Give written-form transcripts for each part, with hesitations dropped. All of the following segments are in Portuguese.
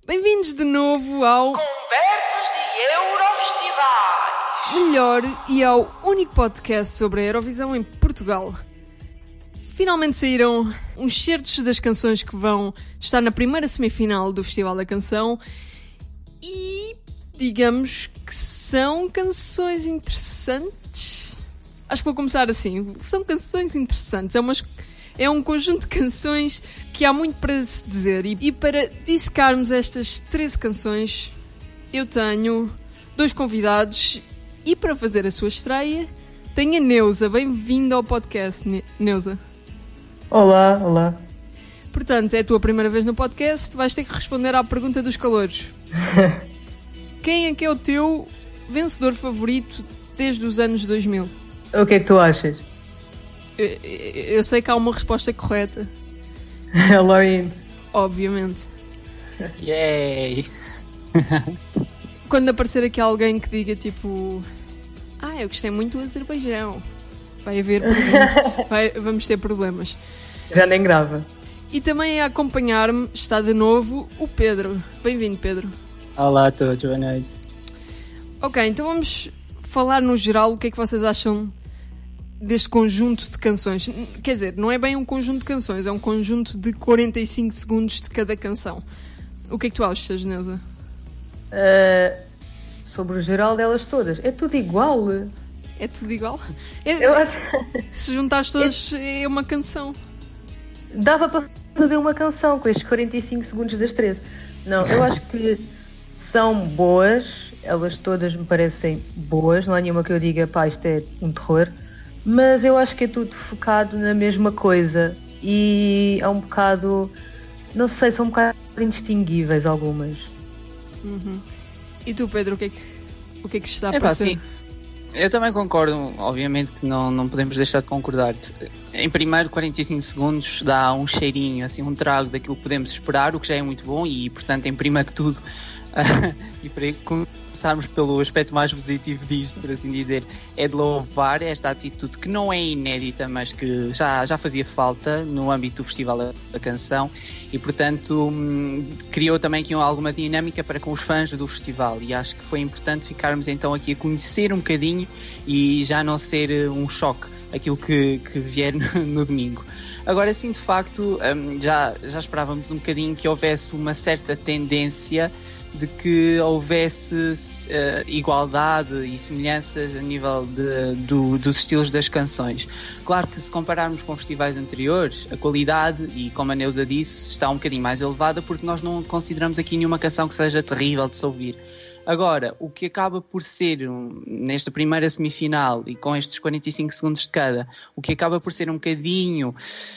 Bem-vindos de novo ao Conversas de Eurofestivais. melhor e ao único podcast sobre a Eurovisão em Portugal. Finalmente saíram uns certos das canções que vão estar na primeira semifinal do Festival da Canção e digamos que são canções interessantes. Acho que vou começar assim. São canções interessantes. É um conjunto de canções que há muito para se dizer. E para dissecarmos estas 13 canções, eu tenho 2 convidados. E para fazer a sua estreia, tenho a Neuza. Bem-vinda ao podcast, Neuza. Olá, olá. Portanto, é a tua primeira vez no podcast. Vais ter que responder à pergunta dos calouros. Quem é que é o teu vencedor favorito desde os anos 2000? O que é que tu achas? Eu sei que há uma resposta correta. A Loreen. Obviamente. Yay! Quando aparecer aqui alguém que diga tipo... eu gostei muito do Azerbaijão. Vai haver problemas. Vamos ter problemas. Já nem grava. E também a acompanhar-me está de novo o Pedro. Bem-vindo, Pedro. Olá a todos, boa noite. Ok, então vamos falar no geral o que é que vocês acham deste conjunto de canções. Quer dizer, não é bem um conjunto de canções, é um conjunto de 45 segundos de cada canção. O que é que tu achas, Neuza? Sobre o geral delas todas. É tudo igual. É tudo igual? Eu acho... Se juntares todas, é uma canção. Dava para fazer uma canção com estes 45 segundos das 13. Não, eu acho que são boas. Elas todas me parecem boas. Não há nenhuma que eu diga, pá, isto é um terror. Mas eu acho que é tudo focado na mesma coisa. E é um bocado... Não sei, são um bocado indistinguíveis algumas. Uhum. E tu, Pedro, o que é que está a Sim, parecer? eu também concordo, obviamente que não podemos deixar de concordar. Em primeiro, 45 segundos dá um cheirinho, assim, um trago daquilo que podemos esperar, o que já é muito bom e, portanto, em primeiro que tudo, e para começarmos pelo aspecto mais positivo disto, por assim dizer, é de louvar esta atitude que não é inédita, mas que já fazia falta no âmbito do Festival da Canção e, portanto, criou também aqui alguma dinâmica para com os fãs do festival e acho que foi importante ficarmos então aqui a conhecer um bocadinho e já não ser um choque aquilo que vier no domingo. Agora sim, de facto, já esperávamos um bocadinho que houvesse uma certa tendência de que houvesse igualdade e semelhanças a nível dos estilos das canções. Claro que se compararmos com festivais anteriores, a qualidade, e como a Neuza disse, está um bocadinho mais elevada porque nós não consideramos aqui nenhuma canção que seja terrível de se ouvir. Agora, o que acaba por ser, nesta primeira semifinal e com estes 45 segundos de cada, o que acaba por ser um bocadinho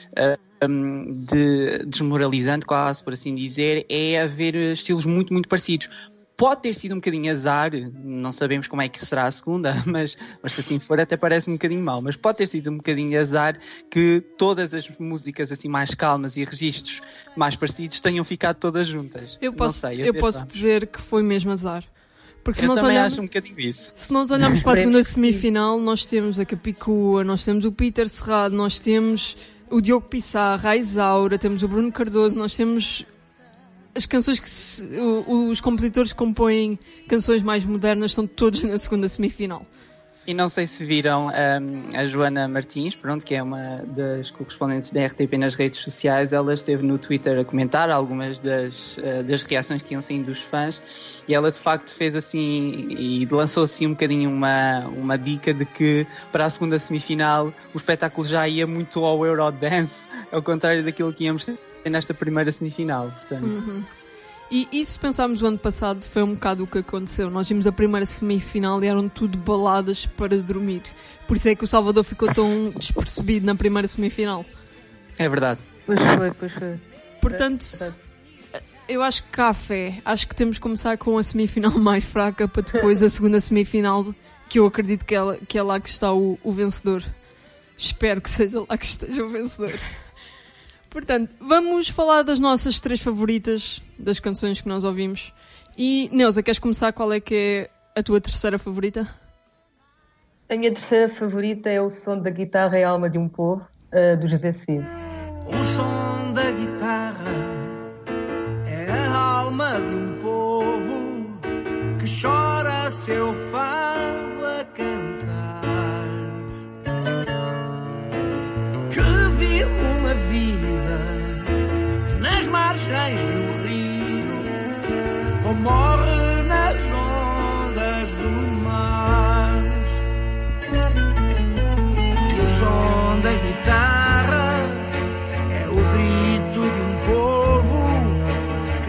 desmoralizante, quase por assim dizer, é haver estilos muito, muito parecidos. Pode ter sido um bocadinho azar, não sabemos como é que será a segunda, mas se assim for até parece um bocadinho mau, mas pode ter sido um bocadinho azar que todas as músicas assim mais calmas e registros mais parecidos tenham ficado todas juntas. Eu posso vamos. dizer que foi mesmo azar. Porque se eu nós também olharmos, acho um bocadinho isso. se nós olharmos para a segunda semifinal, nós temos a Capicua, nós temos o Peter Serrado, nós temos o Diogo Pissarra, a Isaura, temos o Bruno Cardoso, nós temos as canções que os compositores que compõem canções mais modernas estão todos na segunda semifinal. E não sei se viram a Joana Martins, que é uma das correspondentes da RTP nas redes sociais. Ela esteve no Twitter a comentar algumas das reações que iam saindo dos fãs e ela de facto fez assim e lançou assim um bocadinho uma dica de que para a segunda semifinal o espetáculo já ia muito ao Eurodance, ao contrário daquilo que íamos ter nesta primeira semifinal, portanto... Uhum. E se pensarmos o ano passado, foi um bocado o que aconteceu. Nós vimos a primeira semifinal e eram tudo baladas para dormir. Por isso é que o Salvador ficou tão despercebido na primeira semifinal. É verdade. Pois foi. Portanto, eu acho que café. Acho que temos que começar com a semifinal mais fraca para depois a segunda semifinal, que eu acredito que é lá que está o vencedor. Espero que seja lá que esteja o vencedor. Portanto, vamos falar das nossas 3 favoritas, das canções que nós ouvimos. E, Neuza, queres começar? Qual é que é a tua terceira favorita? A minha terceira favorita é o som da guitarra e alma de um povo, do José Cid. O som da guitarra é a alma de um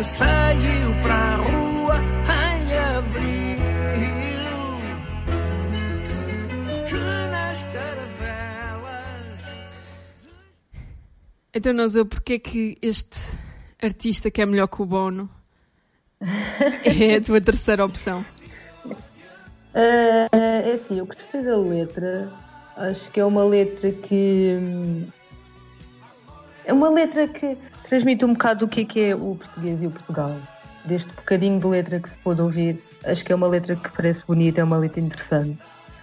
que saiu para a rua em abril, que nas caravelas. Então, Nozel, porquê é que este artista que é melhor que o Bono é a tua terceira opção? É assim, eu gostei da letra. Acho que é uma letra que... É uma letra que transmite um bocado o que é o português e o Portugal. Deste bocadinho de letra que se pôde ouvir, acho que é uma letra que parece bonita, é uma letra interessante.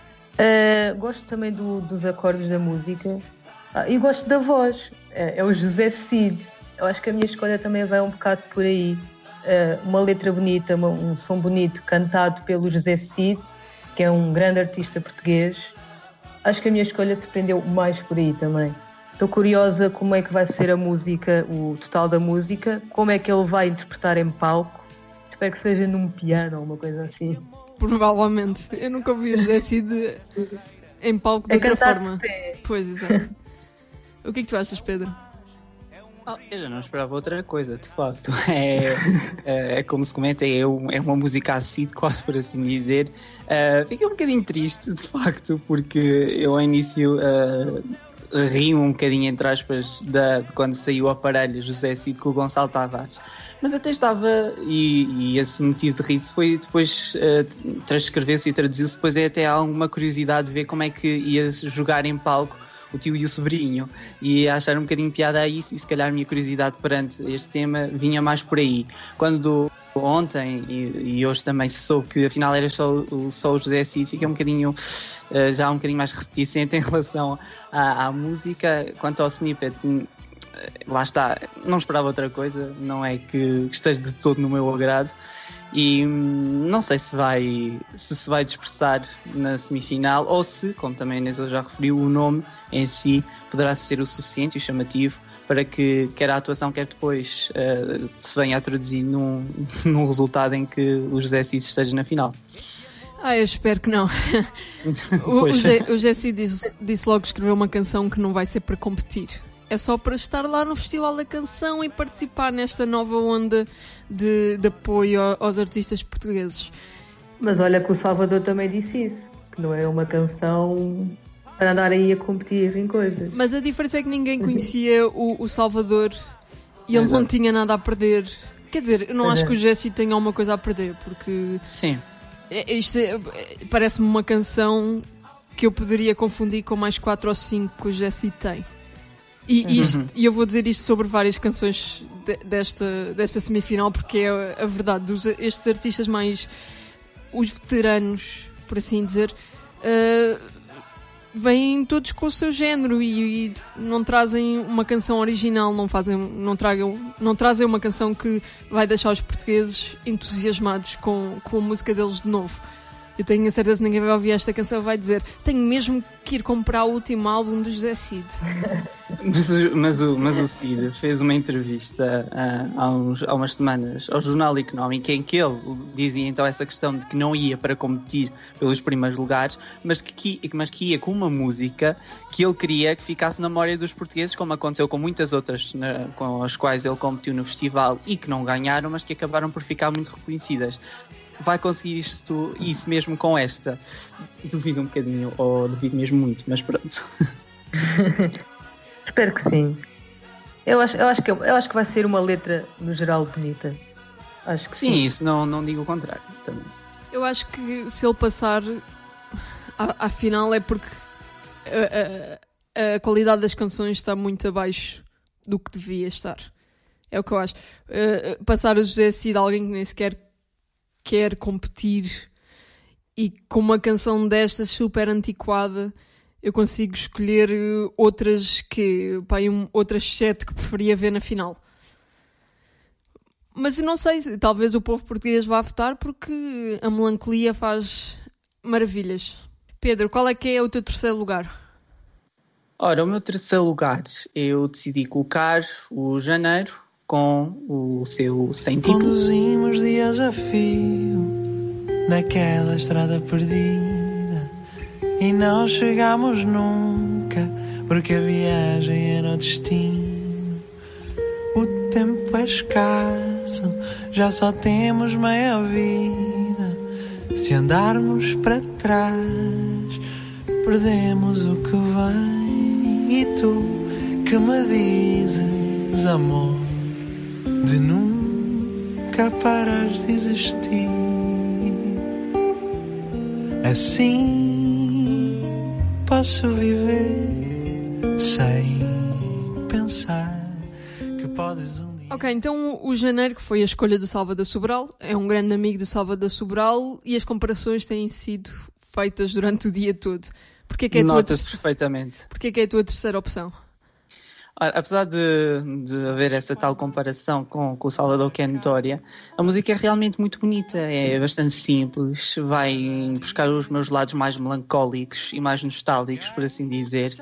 Gosto também dos acordes da música. E gosto da voz. É o José Cid. Eu acho que a minha escolha também vai um bocado por aí. Uma letra bonita, um som bonito, cantado pelo José Cid, que é um grande artista português. Acho que a minha escolha se prendeu mais por aí também. Estou curiosa como é que vai ser a música, o total da música, como é que ele vai interpretar em palco. Espero que seja num piano ou uma coisa assim. Provavelmente. Eu nunca ouvi o José Cid em palco de outra forma. Pois, exato. O que é que tu achas, Pedro? Eu já não esperava outra coisa, de facto. É como se comenta, é uma música acid, quase por assim dizer. Fiquei um bocadinho triste, de facto, porque eu ao início rio um bocadinho, entre aspas, de quando saiu o aparelho José Cid com o Gonçalo Tavares. Mas até estava, e esse motivo de riso foi depois transcreveu-se e traduziu-se, depois até há alguma curiosidade de ver como é que ia jogar em palco o tio e o sobrinho, e achar um bocadinho piada a isso, e se calhar a minha curiosidade perante este tema vinha mais por aí. Quando ontem e hoje também se soube que afinal era só o José Cid, fiquei já um bocadinho mais reticente em relação à música. Quanto ao snippet, lá está, não esperava outra coisa, não é que esteja de todo no meu agrado. E não sei se se vai dispersar na semifinal ou se, como também a Inês já referiu, o nome em si poderá ser o suficiente e o chamativo para que quer a atuação, quer depois se venha a traduzir num resultado em que o José Cid esteja na final. Eu espero que não. O José Cid disse logo que escreveu uma canção que não vai ser para competir. É só para estar lá no Festival da Canção e participar nesta nova onda de apoio aos artistas portugueses. Mas olha que o Salvador também disse isso, que não é uma canção para andar aí a competir em coisas. Mas a diferença é que ninguém conhecia o Salvador e ele não tinha nada a perder. Quer dizer, eu não acho que o Jesse tenha alguma coisa a perder, porque... Sim. Isto parece-me uma canção que eu poderia confundir com mais 4 ou 5 que o Jesse tem. E eu vou dizer isto sobre várias canções desta semifinal, porque é a verdade. Estes artistas mais... os veteranos, por assim dizer, vêm todos com o seu género e não trazem uma canção original, não trazem uma canção que vai deixar os portugueses entusiasmados com a música deles de novo. Eu tenho a certeza que ninguém vai ouvir esta canção e vai dizer: tenho mesmo que ir comprar o último álbum do José Cid. Mas o Cid fez uma entrevista há umas semanas ao Jornal Económico, em que ele dizia então essa questão de que não ia para competir pelos primeiros lugares, mas que ia com uma música que ele queria que ficasse na memória dos portugueses, como aconteceu com muitas outras com as quais ele competiu no festival e que não ganharam, mas que acabaram por ficar muito reconhecidas. Vai conseguir isso mesmo com esta? Duvido um bocadinho, ou duvido mesmo muito, mas pronto. Espero que sim. Eu acho que vai ser uma letra, no geral, bonita. Acho que sim. Isso não digo o contrário também. Eu acho que se ele passar à final é porque a qualidade das canções está muito abaixo do que devia estar. É o que eu acho. Passar o José Cid, alguém que nem sequer quer competir, e com uma canção destas super antiquada, eu consigo escolher outras outras 7 que preferia ver na final. Mas eu não sei, talvez o povo português vá votar, porque a melancolia faz maravilhas. Pedro, qual é que é o teu terceiro lugar? Ora, o meu terceiro lugar, eu decidi colocar o Janeiro com o seu Sem Título. Conduzimos dias a fio naquela estrada perdida e não chegámos nunca, porque a viagem era o destino. O tempo é escasso, já só temos meia vida. Se andarmos para trás, perdemos o que vem. E tu que me dizes, amor, de nunca paras de existir. Assim posso viver sem pensar que podes um dia... Ok, então o Janeiro, que foi a escolha do Salvador Sobral, é um grande amigo do Salvador Sobral e as comparações têm sido feitas durante o dia todo. Porquê que é Nota-se perfeitamente. Porquê que é a tua terceira opção? Apesar de haver essa tal comparação com o Salvador, que é notória, a música é realmente muito bonita, é bastante simples, vai buscar os meus lados mais melancólicos e mais nostálgicos, por assim dizer.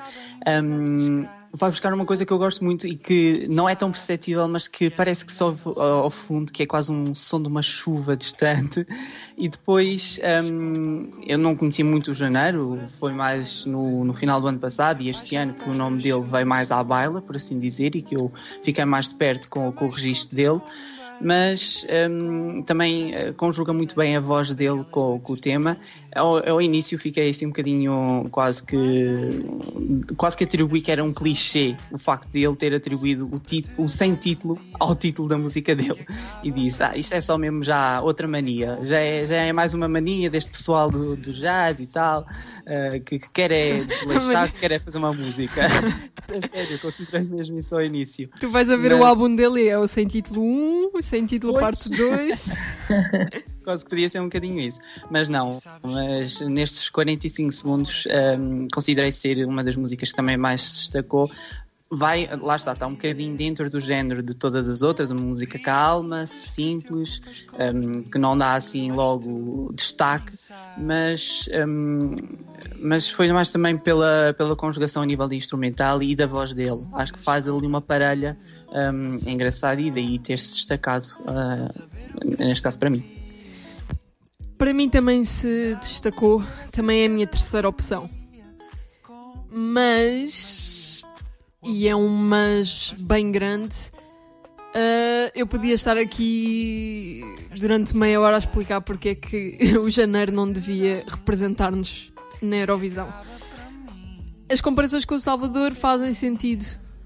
Vai buscar uma coisa que eu gosto muito e que não é tão perceptível, mas que parece que sobe ao fundo, que é quase um som de uma chuva distante. E depois, eu não conhecia muito o Janeiro, foi mais no final do ano passado e este ano que o nome dele veio mais à baila, por assim dizer, e que eu fiquei mais de perto com o registro dele. Mas também conjuga muito bem a voz dele com o tema. Ao início fiquei assim um bocadinho quase que atribuí que era um clichê o facto de ele ter atribuído o sem título ao título da música dele e disse, isto é só mesmo já outra mania, já é mais uma mania deste pessoal do jazz e tal, que quer é desleixar-se, quer é fazer uma música. É sério, eu considerei mesmo isso ao início. Tu vais a ver o álbum dele, é o sem título 1, o sem título parte 2. Quase que podia ser um bocadinho isso, mas não. Mas nestes 45 segundos considerei ser uma das músicas que também mais se destacou. Lá está um bocadinho dentro do género de todas as outras, uma música calma, simples, que não dá assim logo destaque, mas foi mais também pela conjugação a nível de instrumental e da voz dele. Acho que faz ali uma parelha engraçada e daí ter-se destacado, neste caso para mim. Para mim também se destacou, também é a minha terceira opção. Mas, e é um mas bem grande, eu podia estar aqui durante meia hora a explicar porque é que o Janeiro não devia representar-nos na Eurovisão. As comparações com o Salvador fazem sentido,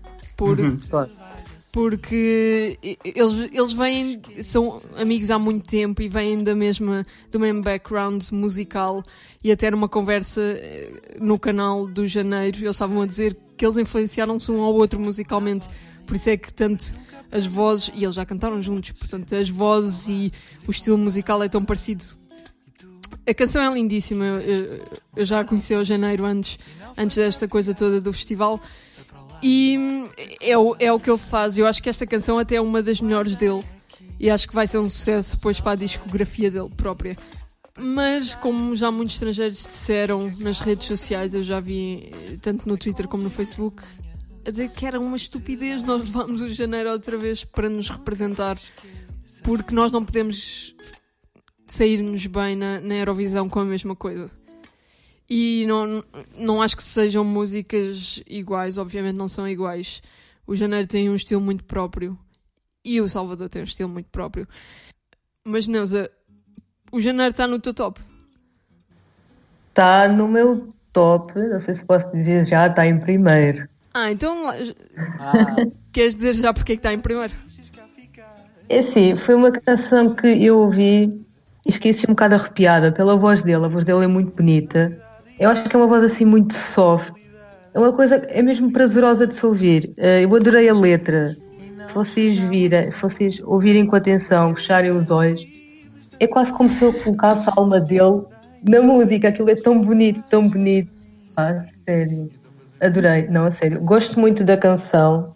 porque eles vêm, são amigos há muito tempo e vêm do mesmo background musical, e até numa conversa no canal do Janeiro eles estavam a dizer que eles influenciaram-se um ao outro musicalmente, por isso é que tanto as vozes, e eles já cantaram juntos, portanto as vozes e o estilo musical é tão parecido. A canção é lindíssima, eu já conheci o Janeiro antes desta coisa toda do festival. E é o que ele faz. Eu acho que esta canção até é uma das melhores dele e acho que vai ser um sucesso depois para a discografia dele própria. Mas como já muitos estrangeiros disseram nas redes sociais, eu já vi tanto no Twitter como no Facebook, a dizer que era uma estupidez nós levarmos o Janeiro outra vez para nos representar, porque nós não podemos sair-nos bem na Eurovisão com a mesma coisa. E não acho que sejam músicas iguais, obviamente não são iguais. O Janeiro tem um estilo muito próprio e o Salvador tem um estilo muito próprio. Mas Neuza, o Janeiro está no teu top? Está no meu top, não sei se posso dizer já, está em primeiro. Então queres dizer já porque é que está em primeiro? É assim, foi uma canção que eu ouvi e fiquei assim um bocado arrepiada pela voz dele. A voz dele é muito bonita. Eu acho que é uma voz assim muito soft. É uma coisa, é mesmo prazerosa de se ouvir. Eu adorei a letra. Se vocês ouvirem com atenção, fecharem os olhos, é quase como se eu colocasse a alma dele na música. Aquilo é tão bonito, tão bonito. Sério. Adorei, não, a sério. Gosto muito da canção.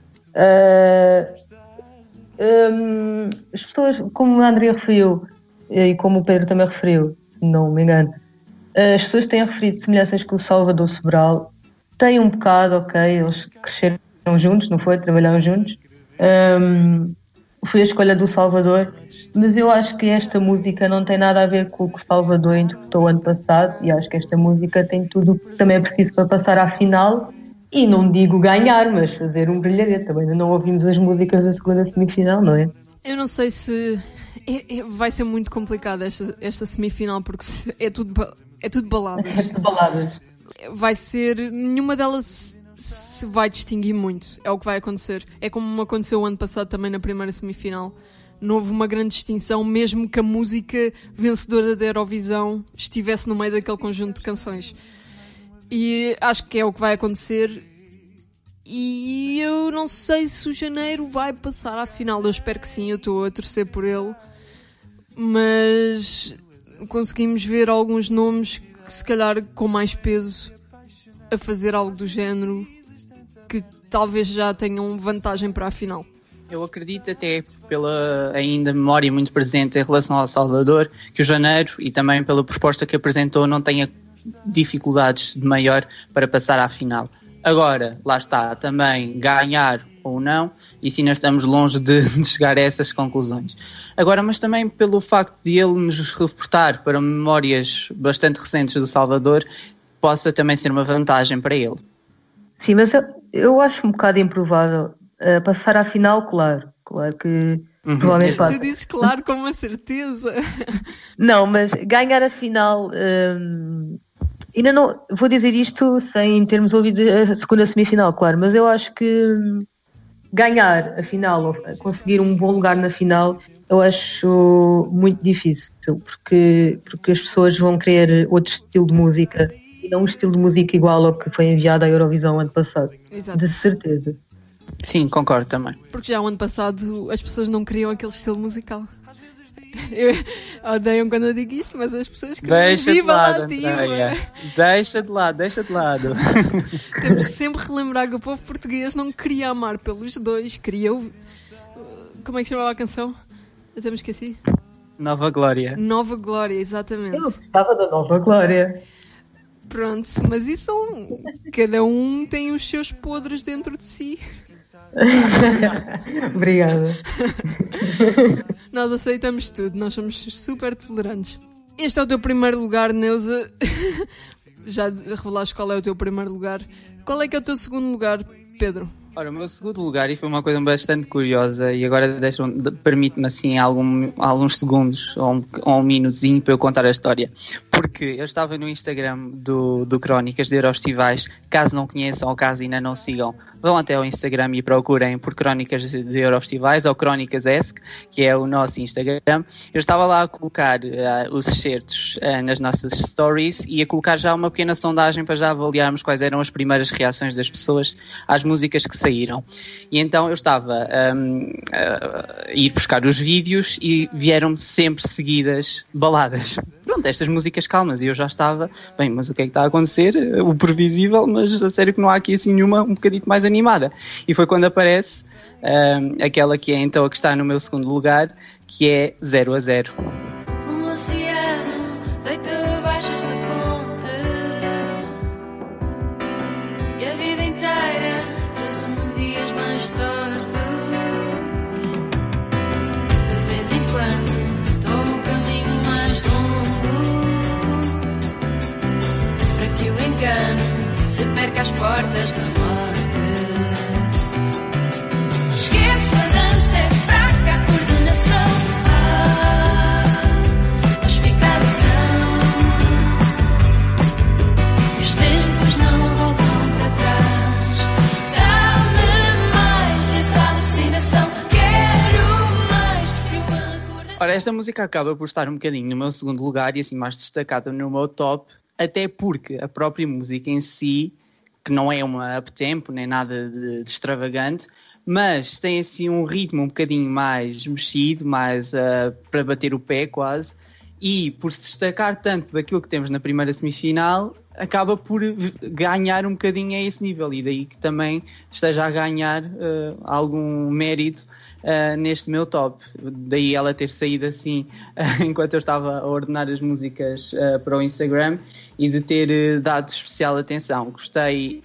As pessoas, como a Andrea referiu, e como o Pedro também referiu, não me engano, as pessoas têm referido semelhanças com o Salvador Sobral. Tem um bocado, ok, eles cresceram juntos, não foi? Trabalharam juntos. Foi a escolha do Salvador, mas eu acho que esta música não tem nada a ver com o que o Salvador interpretou ano passado, e acho que esta música tem tudo o que também é preciso para passar à final, e não digo ganhar, mas fazer um brilharete. Também ainda não ouvimos as músicas da segunda semifinal, não é? Eu não sei se... vai ser muito complicado esta semifinal, porque é tudo baladas. É de baladas. Vai ser... Nenhuma delas se vai distinguir muito. É o que vai acontecer. É como aconteceu o ano passado também na primeira semifinal. Não houve uma grande distinção, mesmo que a música vencedora da Eurovisão estivesse no meio daquele conjunto de canções. E acho que é o que vai acontecer. E eu não sei se o Janeiro vai passar à final. Eu espero que sim, eu estou a torcer por ele. Mas conseguimos ver alguns nomes que se calhar com mais peso a fazer algo do género, que talvez já tenham vantagem para a final. Eu acredito, até pela ainda memória muito presente em relação ao Salvador, que o Janeiro, e também pela proposta que apresentou, não tenha dificuldades de maior para passar à final. Agora, lá está, também ganhar ou não, e sim, nós estamos longe de chegar a essas conclusões. Agora, mas também pelo facto de ele nos reportar para memórias bastante recentes do Salvador, possa também ser uma vantagem para ele. Sim, mas eu acho um bocado improvável passar à final, claro que provavelmente Tu dizes claro com uma certeza. Não, mas ganhar a final, ainda não vou dizer isto sem termos ouvido a segunda semifinal, claro, mas eu acho que ganhar a final, ou conseguir um bom lugar na final, eu acho muito difícil, porque as pessoas vão querer outro estilo de música e não um estilo de música igual ao que foi enviado à Eurovisão ano passado. Exato. De certeza. Sim, concordo também. Porque já o ano passado as pessoas não queriam aquele estilo musical. Odeiam quando eu digo isto, mas as pessoas queriam Deixa de viva lado, lá diva. Andréia. Deixa de lado. Temos que sempre relembrar que o povo português não queria amar pelos dois, queria ouvir... Como é que chamava a canção? Eu até me esqueci. Nova Glória. Nova Glória, exatamente. Eu gostava da Nova Glória. Pronto, mas isso cada um tem os seus podres dentro de si. Obrigada. Nós aceitamos tudo, nós somos super tolerantes. Este é o teu primeiro lugar, Neuza. Já revelaste qual é o teu primeiro lugar. Qual é que é o teu segundo lugar, Pedro? Ora, o meu segundo lugar, e foi uma coisa bastante curiosa, e agora permite-me assim alguns segundos ou um minutozinho para eu contar a história. Porque eu estava no Instagram do Crónicas de Eurofestivais. Caso não conheçam ou caso ainda não sigam, vão até ao Instagram e procurem por Crónicas de Eurofestivais ou Crónicas ESC, que é o nosso Instagram. Eu estava lá a colocar os excertos nas nossas stories e a colocar já uma pequena sondagem para já avaliarmos quais eram as primeiras reações das pessoas às músicas que saíram. E então eu estava a ir buscar os vídeos e vieram-me sempre seguidas baladas. Pronto, estas músicas calmas, e eu já estava, bem, mas o que é que está a acontecer? O previsível, mas a sério que não há aqui assim nenhuma um bocadito mais animada. E foi quando aparece aquela que é então a que está no meu segundo lugar, que é 0-0. Um oceano deita abaixo esta ponte, e a vida inteira trouxe-me dias mais tortos. De vez em quando tomo o caminho mais longo, para que o engano se perca às portas da morte. Esqueço a dança, é fraca a coordenação, mas fica a lição. Os tempos não voltam para trás. Dá-me mais dessa alucinação. Quero mais que uma recordação. Ora, esta música acaba por estar um bocadinho no meu segundo lugar e assim mais destacada no meu top, até porque a própria música em si, que não é uma up-tempo nem nada de extravagante, mas tem assim um ritmo um bocadinho mais mexido, mais para bater o pé quase, e por se destacar tanto daquilo que temos na primeira semifinal, acaba por ganhar um bocadinho a esse nível, e daí que também esteja a ganhar algum mérito neste meu top. Daí ela ter saído assim enquanto eu estava a ordenar as músicas para o Instagram, e de ter dado especial atenção. Gostei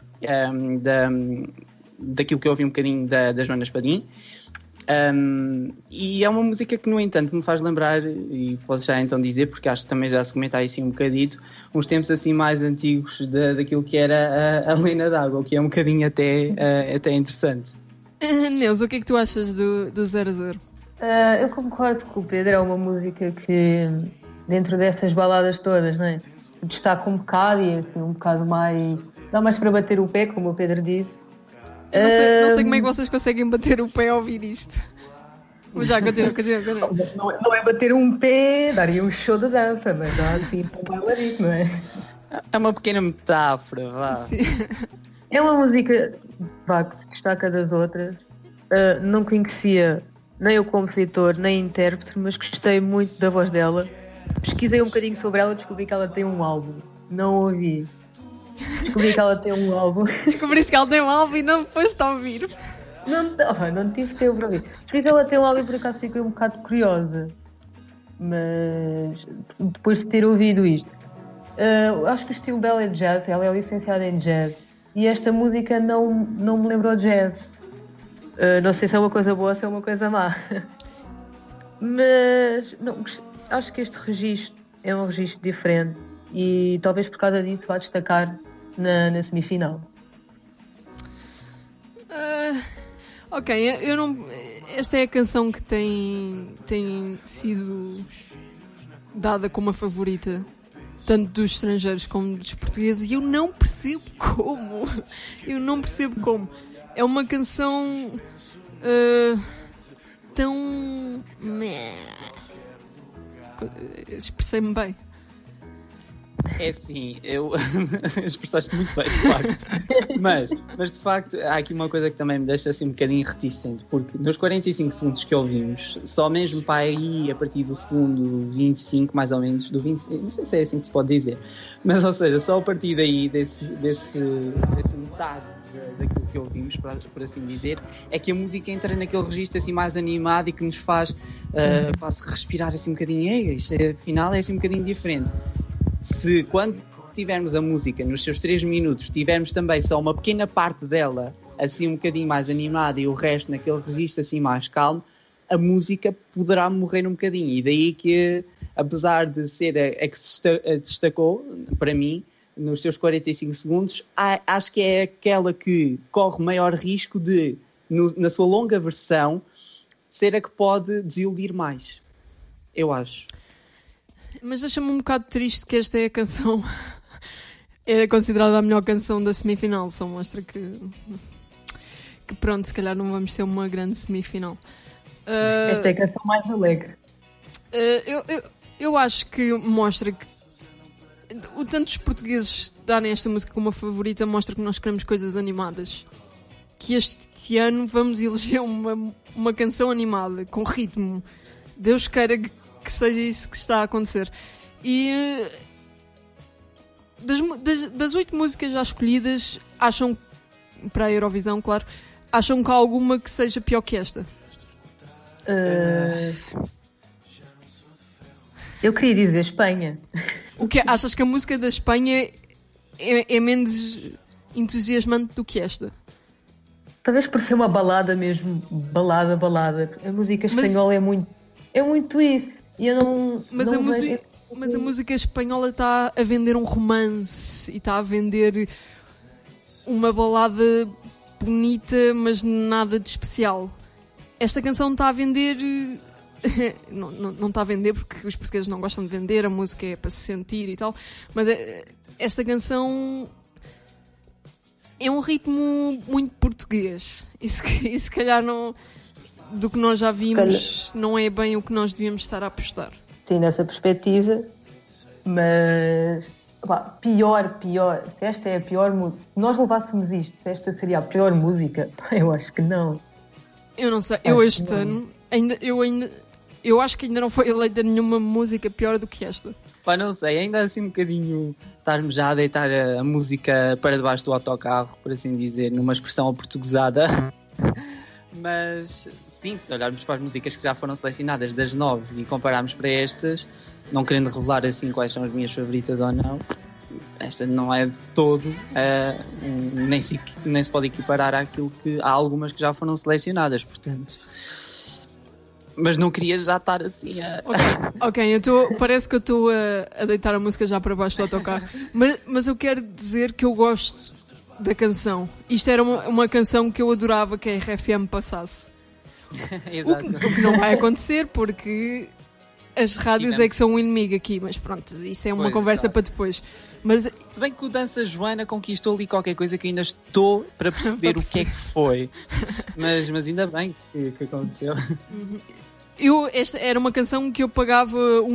daquilo que eu ouvi um bocadinho da Joana Espadim. E é uma música que, no entanto, me faz lembrar, e posso já então dizer, porque acho que também já se comenta aí assim um bocadito, uns tempos assim mais antigos daquilo que era a Lena d'Água, que é um bocadinho até interessante. Neuza, o que é que tu achas do 0-0? Eu concordo com o Pedro, é uma música que, dentro dessas baladas todas, não é? Destaca um bocado e assim, um bocado mais. Dá mais para bater o pé, como o Pedro disse. Eu não sei como é que vocês conseguem bater o pé ao ouvir isto. Mas já, continua. Não é bater um pé, daria um show de dança, mas dá assim para um bailarino, não é? É uma pequena metáfora, vá. Sim. É uma música que se destaca das outras. Não conhecia nem o compositor, nem o intérprete, mas gostei muito da voz dela. Pesquisei um bocadinho sobre ela e descobri que ela tem um álbum. Não ouvi. Descobri que ela tem um álbum. Descobriste que ela tem um álbum e não foste a ouvir. Não tive tempo para ouvir. Descobri que ela tem um álbum e por acaso fiquei um bocado curiosa. Mas depois de ter ouvido isto, acho que o estilo dela é jazz. Ela é licenciada em jazz. E esta música não me lembrou jazz. Não sei se é uma coisa boa ou se é uma coisa má. Mas não, acho que este registro é um registro diferente e talvez por causa disso vá destacar na semifinal. Ok, eu não. Esta é a canção que tem sido dada como a favorita, tanto dos estrangeiros como dos portugueses, e eu não percebo como. É uma canção tão. Expressei-me bem. É assim, eu expressaste muito bem, de facto. Mas de facto, há aqui uma coisa que também me deixa assim um bocadinho reticente, porque nos 45 segundos que ouvimos, só mesmo para aí, a partir do segundo 25, mais ou menos, do 20, não sei se é assim que se pode dizer, mas ou seja, só a partir daí, desse metade daquilo que ouvimos, por assim dizer, é que a música entra naquele registro assim mais animado e que nos faz quase respirar assim um bocadinho. Isto afinal é assim um bocadinho diferente. Se quando tivermos a música nos seus 3 minutos tivermos também só uma pequena parte dela assim um bocadinho mais animada e o resto naquele registro assim mais calmo, a música poderá morrer um bocadinho. E daí que, apesar de ser a que se destacou para mim nos seus 45 segundos, acho que é aquela que corre maior risco de, na sua longa versão, ser a que pode desiludir mais. Eu acho. Mas deixa-me um bocado triste que esta é a canção. É considerada a melhor canção da semifinal. Só mostra que pronto, se calhar não vamos ter uma grande semifinal. Esta é a canção mais alegre. Eu acho que mostra que o tanto os portugueses darem esta música como a favorita mostra que nós queremos coisas animadas. Que este ano vamos eleger uma canção animada, com ritmo. Deus queira que seja isso que está a acontecer. E das 8 músicas já escolhidas, acham, para a Eurovisão, claro, acham que há alguma que seja pior que esta? Eu queria dizer Espanha. O que achas que a música da Espanha é menos entusiasmante do que esta? Talvez por ser uma balada mesmo, balada. A música espanhola é muito isso. E eu não. Mas a música espanhola está a vender um romance e está a vender uma balada bonita, mas nada de especial. Esta canção está a vender. Não está a vender porque os portugueses não gostam de vender, a música é para se sentir e tal, mas esta canção é um ritmo muito português e se calhar não, do que nós já vimos, não é bem o que nós devíamos estar a apostar. Sim, nessa perspectiva, mas pior, se esta é a pior música, se nós levássemos isto, se esta seria a pior música, eu acho que não. Eu não sei, este ano eu acho que ainda não foi eleita nenhuma música pior do que esta. Pá, não sei, ainda assim um bocadinho estar-me já a deitar a música para debaixo do autocarro, por assim dizer, numa expressão aportuguesada. Mas sim, se olharmos para as músicas que já foram selecionadas das 9 e compararmos para estas, não querendo revelar assim quais são as minhas favoritas ou não, esta não é de todo, nem se pode equiparar àquilo que há algumas que já foram selecionadas, portanto. Mas não queria já estar assim a... Ok, parece que eu estou a deitar a música já para baixo do autocarro. Mas eu quero dizer que eu gosto da canção. Isto era uma canção que eu adorava que a RFM passasse. Exato. O que não vai acontecer porque as rádios é que são um inimigo aqui, mas pronto, isso é uma Pois, conversa claro. para depois. Mas Se bem que o Dança Joana conquistou ali qualquer coisa que eu ainda estou para perceber o que é que foi. Mas ainda bem que aconteceu. esta era uma canção que eu pagava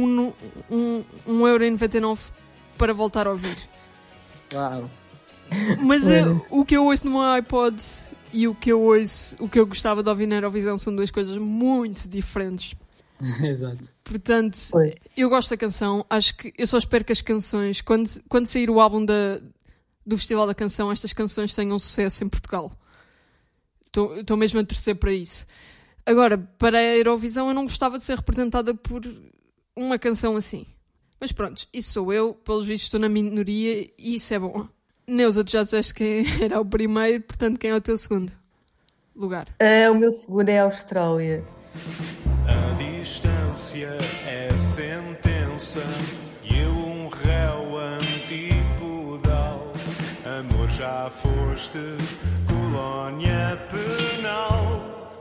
1,99€ para voltar a ouvir. Uau. Mas o que eu ouço no meu iPod e o que eu gostava de ouvir na Eurovisão são duas coisas muito diferentes. Exato. Portanto, Pois. eu gosto da canção. Acho que eu só espero que as canções, quando sair o álbum do Festival da Canção, estas canções tenham sucesso em Portugal. Estou mesmo a torcer para isso. Agora, para a Eurovisão, eu não gostava de ser representada por uma canção assim. Mas pronto, isso sou eu. Pelos vistos, estou na minoria e isso é bom. Neuza, tu já disseste quem era o primeiro, portanto, quem é o teu segundo lugar? O meu segundo é a Austrália. A distância é sentença e eu um réu antipodal. Amor, já foste colónia penal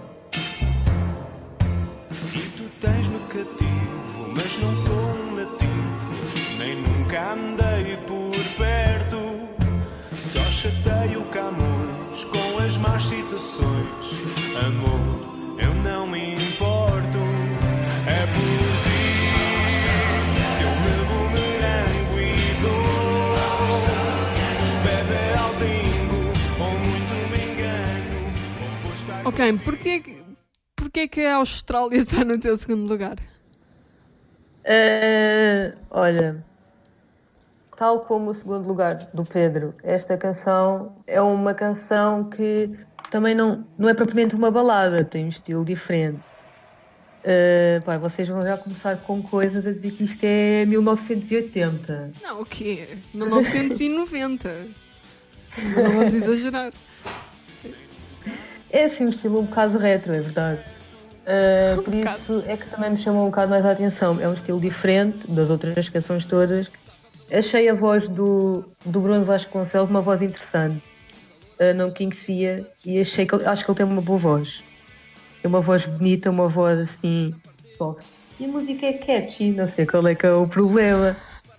e tu tens-me cativo, mas não sou um nativo, nem nunca andei por perto. Só chateio Camões com as más citações. Amor, eu não me importo, é por ti que eu me bumerango e dou. Bebe ao bingo, ou muito me engano, ou vou estar... Ok, porquê que a Austrália está no teu segundo lugar? Olha, tal como o segundo lugar do Pedro, esta canção é uma canção que também não é propriamente uma balada, tem um estilo diferente. Vocês vão já começar com coisas a dizer que isto é 1980. Não, o quê? 1990. Não vamos exagerar. É assim um estilo um bocado retro, é verdade. Por isso é que também me chamou um bocado mais a atenção. É um estilo diferente das outras canções todas. Achei a voz do Bruno Vasconcelos uma voz interessante. Não conhecia e acho que ele tem uma boa voz. É uma voz bonita, uma voz assim soft. E a música é catchy, não sei qual é que é o problema.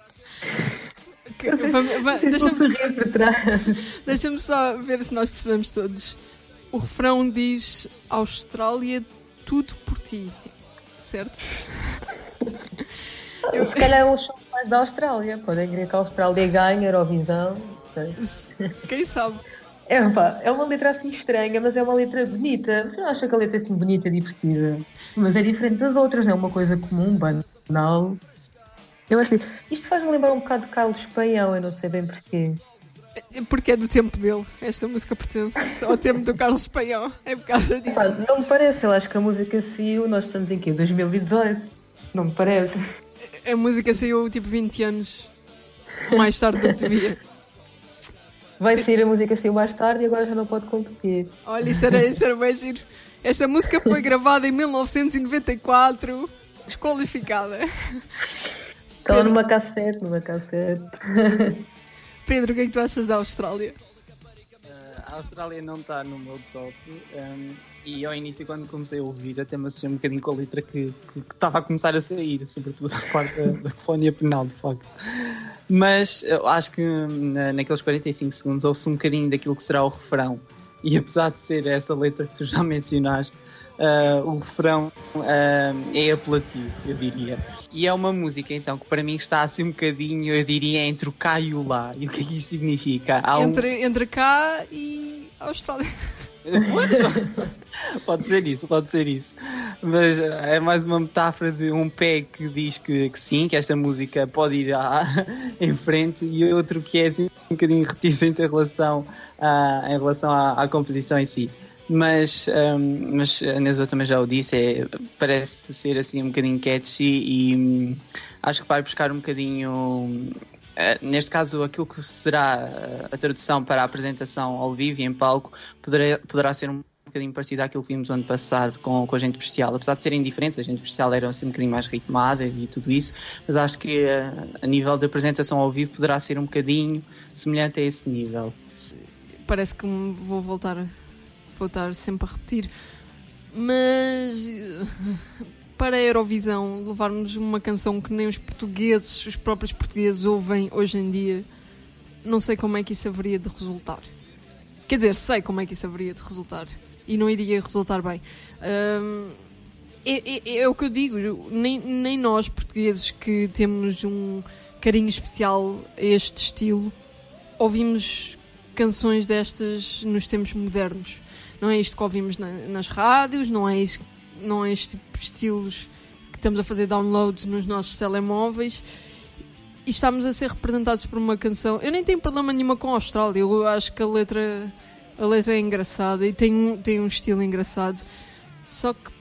Deixa-me só ver se nós percebemos todos. O refrão diz Austrália, tudo por ti, certo? Se calhar eles são mais da Austrália. Podem querer que a Austrália ganhe a Eurovisão. Não sei. Quem sabe? É uma letra assim estranha, mas é uma letra bonita. Você não acha que a letra é assim bonita e divertida? Mas é diferente das outras, não é uma coisa comum, banal. Eu acho que isto faz-me lembrar um bocado de Carlos Paião, eu não sei bem porquê. Porque é do tempo dele. Esta música pertence ao tempo do Carlos Paião. É por causa disso. Não me parece, eu acho que a música saiu, nós estamos em quê? 2018? Não me parece. A música saiu tipo 20 anos mais tarde do que devia. Vai sair a música, saiu mais tarde e agora já não pode competir. Olha, isso era bem giro. Esta música foi gravada em 1994, desqualificada. Estava numa cassete. Pedro, o que é que tu achas da Austrália? A Austrália não está no meu top. E ao início, quando comecei a ouvir, até me assustei um bocadinho com a letra que estava a começar a sair, sobretudo a parte da colónia penal, de facto. Mas eu acho que naqueles 45 segundos ouve-se um bocadinho daquilo que será o refrão. E apesar de ser essa letra que tu já mencionaste, o refrão é apelativo, eu diria. E é uma música, então, que para mim está assim um bocadinho, eu diria, entre o cá e o lá. E o que é que isto significa? Entre cá e a Austrália. Pode ser isso. Mas é mais uma metáfora de um pé que diz que sim, que esta música pode ir em frente, e outro que é assim, um bocadinho reticente em relação à composição em si. Mas a Neuza também já o disse, parece ser assim um bocadinho catchy e acho que vai buscar um bocadinho, neste caso, aquilo que será a tradução para a apresentação ao vivo e em palco poderá ser um bocadinho parecido àquilo que vimos no ano passado com a Gente Bestial. Apesar de serem diferentes, a Gente Bestial era assim um bocadinho mais ritmada e tudo isso, mas acho que a nível de apresentação ao vivo poderá ser um bocadinho semelhante a esse nível. Parece que vou voltar sempre a repetir. Mas para a Eurovisão levarmos uma canção que nem os próprios portugueses ouvem hoje em dia, não sei como é que isso haveria de resultar. Quer dizer, sei como é que isso haveria de resultar e não iria resultar bem. É o que eu digo, nem nós portugueses que temos um carinho especial a este estilo ouvimos canções destas nos tempos modernos. Não é isto que ouvimos nas rádios, não é este tipo de estilos que estamos a fazer downloads nos nossos telemóveis e estamos a ser representados por uma canção. Eu nem tenho problema nenhuma com a Austrália, eu acho que a letra é engraçada e tem um estilo engraçado, só que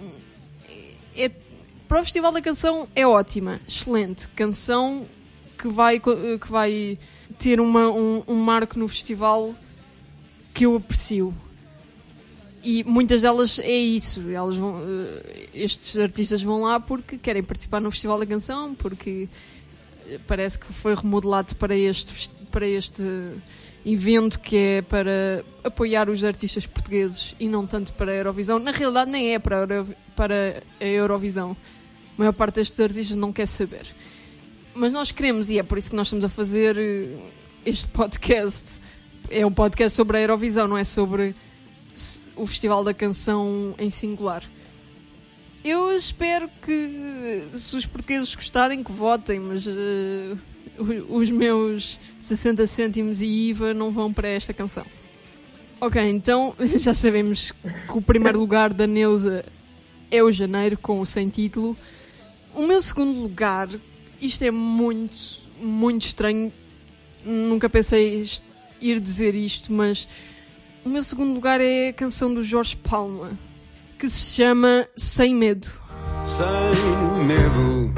para o Festival da Canção é ótima, excelente canção que vai ter um marco no festival que eu aprecio. E muitas delas é isso. Estes artistas vão lá porque querem participar no Festival da Canção, porque parece que foi remodelado para este evento que é para apoiar os artistas portugueses e não tanto para a Eurovisão. Na realidade nem é para a Eurovisão. A maior parte destes artistas não quer saber. Mas nós queremos, e é por isso que nós estamos a fazer este podcast. É um podcast sobre a Eurovisão, não é sobre o Festival da Canção em singular. Eu espero que, se os portugueses gostarem, que votem, mas os meus 60 cêntimos e IVA não vão para esta canção. Ok, então já sabemos que o primeiro lugar da Neuza é o Janeiro, com o sem título. O meu segundo lugar, isto é muito, muito estranho, nunca pensei ir dizer isto, mas o meu segundo lugar é a canção do Jorge Palma, que se chama Sem Medo. Sem medo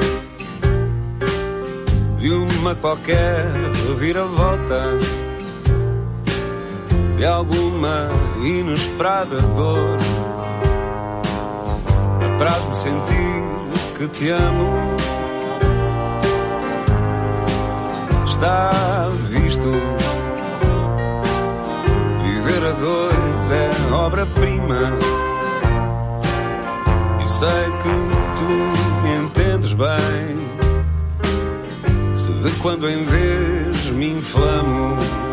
de uma qualquer reviravolta, de alguma inesperada dor, apraz-me sentir que te amo. Está visto, viver a dois é obra-prima, e sei que tu me entendes bem, se de quando em vez me inflamo.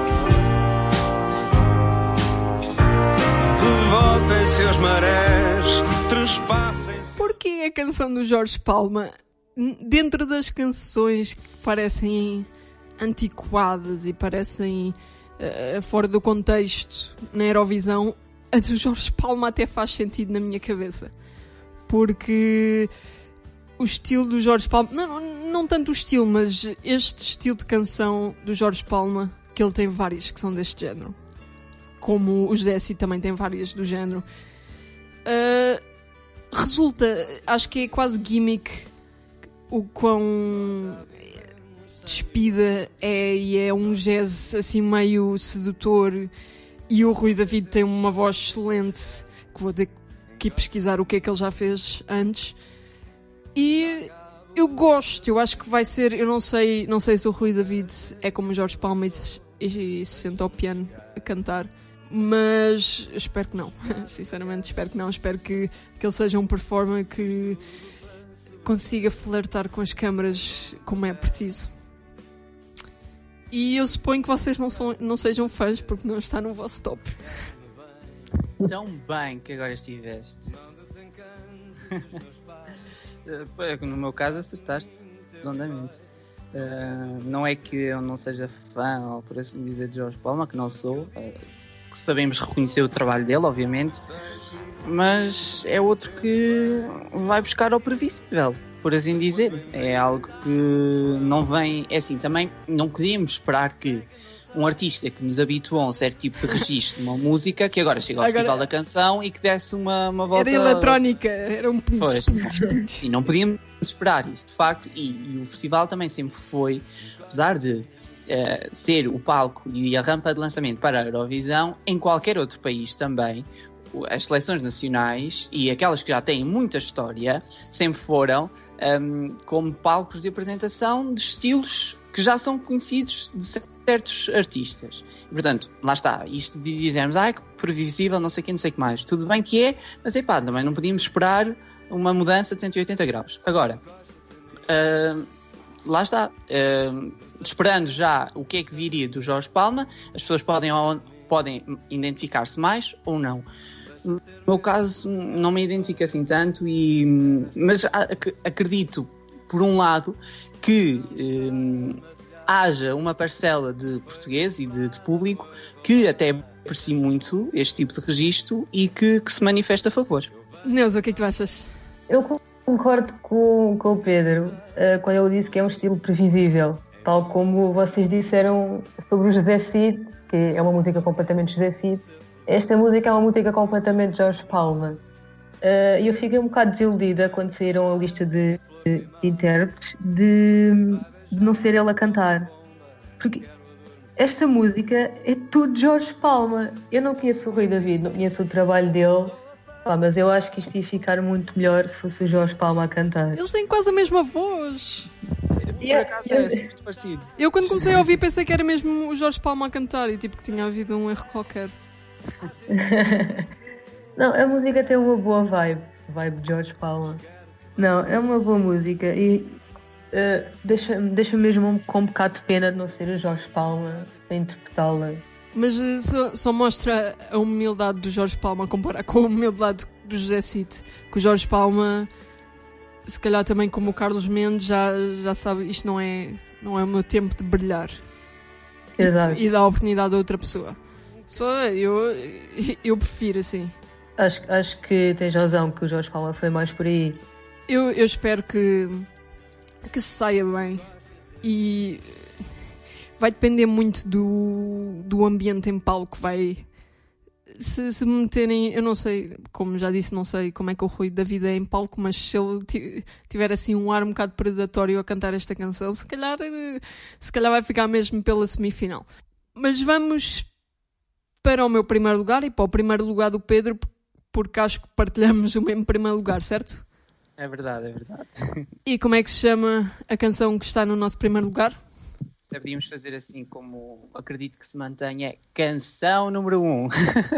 Revoltem-se as marés, trespassem-se. Porquê a canção do Jorge Palma, dentro das canções que parecem antiquadas e parecem fora do contexto na Eurovisão, a do Jorge Palma até faz sentido na minha cabeça, porque o estilo do Jorge Palma, não tanto o estilo, mas este estilo de canção do Jorge Palma, que ele tem várias que são deste género, como o José também tem várias do género, resulta, acho que é quase gimmick o quão despida é, e é um jazz assim meio sedutor, e o Rui David tem uma voz excelente, que vou ter que pesquisar o que é que ele já fez antes, e eu gosto, eu acho que vai ser, eu não sei se o Rui David é como o Jorge Palma e se senta ao piano a cantar, mas espero que não. Sinceramente espero que não, espero que ele seja um performer que consiga flertar com as câmaras como é preciso. E eu suponho que vocês não sejam fãs, porque não está no vosso top. Tão bem que agora estiveste. No meu caso acertaste redondamente. Não é que eu não seja fã, ou por assim dizer, de Jorge Palma, que não sou. Sabemos reconhecer o trabalho dele, obviamente, mas é outro que vai buscar ao previsível, por assim dizer. É algo que não vem... É assim, também não podíamos esperar que um artista que nos habituou a um certo tipo de registro de uma música, que agora chega ao Festival da Canção e que desse uma volta... Era eletrónica, era um... Pois, sim, não podíamos esperar isso, de facto, e o festival também sempre foi, apesar de ser o palco e a rampa de lançamento para a Eurovisão, em qualquer outro país também, as seleções nacionais e aquelas que já têm muita história sempre foram como palcos de apresentação de estilos que já são conhecidos de certos artistas. E, portanto, lá está, isto de dizermos, que previsível, não sei o que, não sei o que mais. Tudo bem que é, mas também não podíamos esperar uma mudança de 180 graus. Agora, lá está, esperando já o que é que viria do Jorge Palma, as pessoas podem identificar-se mais ou não. No meu caso, não me identifico assim tanto, mas acredito, por um lado, que haja uma parcela de português e de público que até aprecie muito este tipo de registro e que se manifesta a favor. Neuza, o que é que tu achas? Eu concordo com o Pedro quando ele disse que é um estilo previsível, tal como vocês disseram sobre o José Cid, que é uma música completamente José Cid. Esta música é uma música completamente Jorge Palma. E eu fiquei um bocado desiludida quando saíram a lista de intérpretes de não ser ele a cantar. Porque esta música é tudo Jorge Palma. Eu não conheço o Rui David, não conheço o trabalho dele, mas eu acho que isto ia ficar muito melhor se fosse o Jorge Palma a cantar. Eles têm quase a mesma voz. Por acaso é muito parecido. Eu quando comecei a ouvir pensei que era mesmo o Jorge Palma a cantar e tipo que tinha havido um erro qualquer. Não, a música tem uma boa vibe de Jorge Palma. Não, é uma boa música e deixa mesmo com um bocado de pena de não ser o Jorge Palma a interpretá-la. Mas só mostra a humildade do Jorge Palma a comparar com a humildade do José Cid. Que o Jorge Palma, se calhar também como o Carlos Mendes, já sabe, isto não é o meu tempo de brilhar. Exato. E dá a oportunidade a outra pessoa. Só eu prefiro assim. Acho que tens razão, que o Jorge Palma foi mais por aí. Eu espero que se saia bem. E vai depender muito do ambiente em palco. Se me meterem, eu não sei, como já disse, não sei como é que o Rui David é em palco, mas se ele tiver assim um ar um bocado predatório a cantar esta canção, se calhar vai ficar mesmo pela semifinal. Mas vamos para o meu primeiro lugar e para o primeiro lugar do Pedro, porque acho que partilhamos o mesmo primeiro lugar, certo? É verdade. E como é que se chama a canção que está no nosso primeiro lugar? Deveríamos fazer assim como acredito que se mantenha, canção número 1.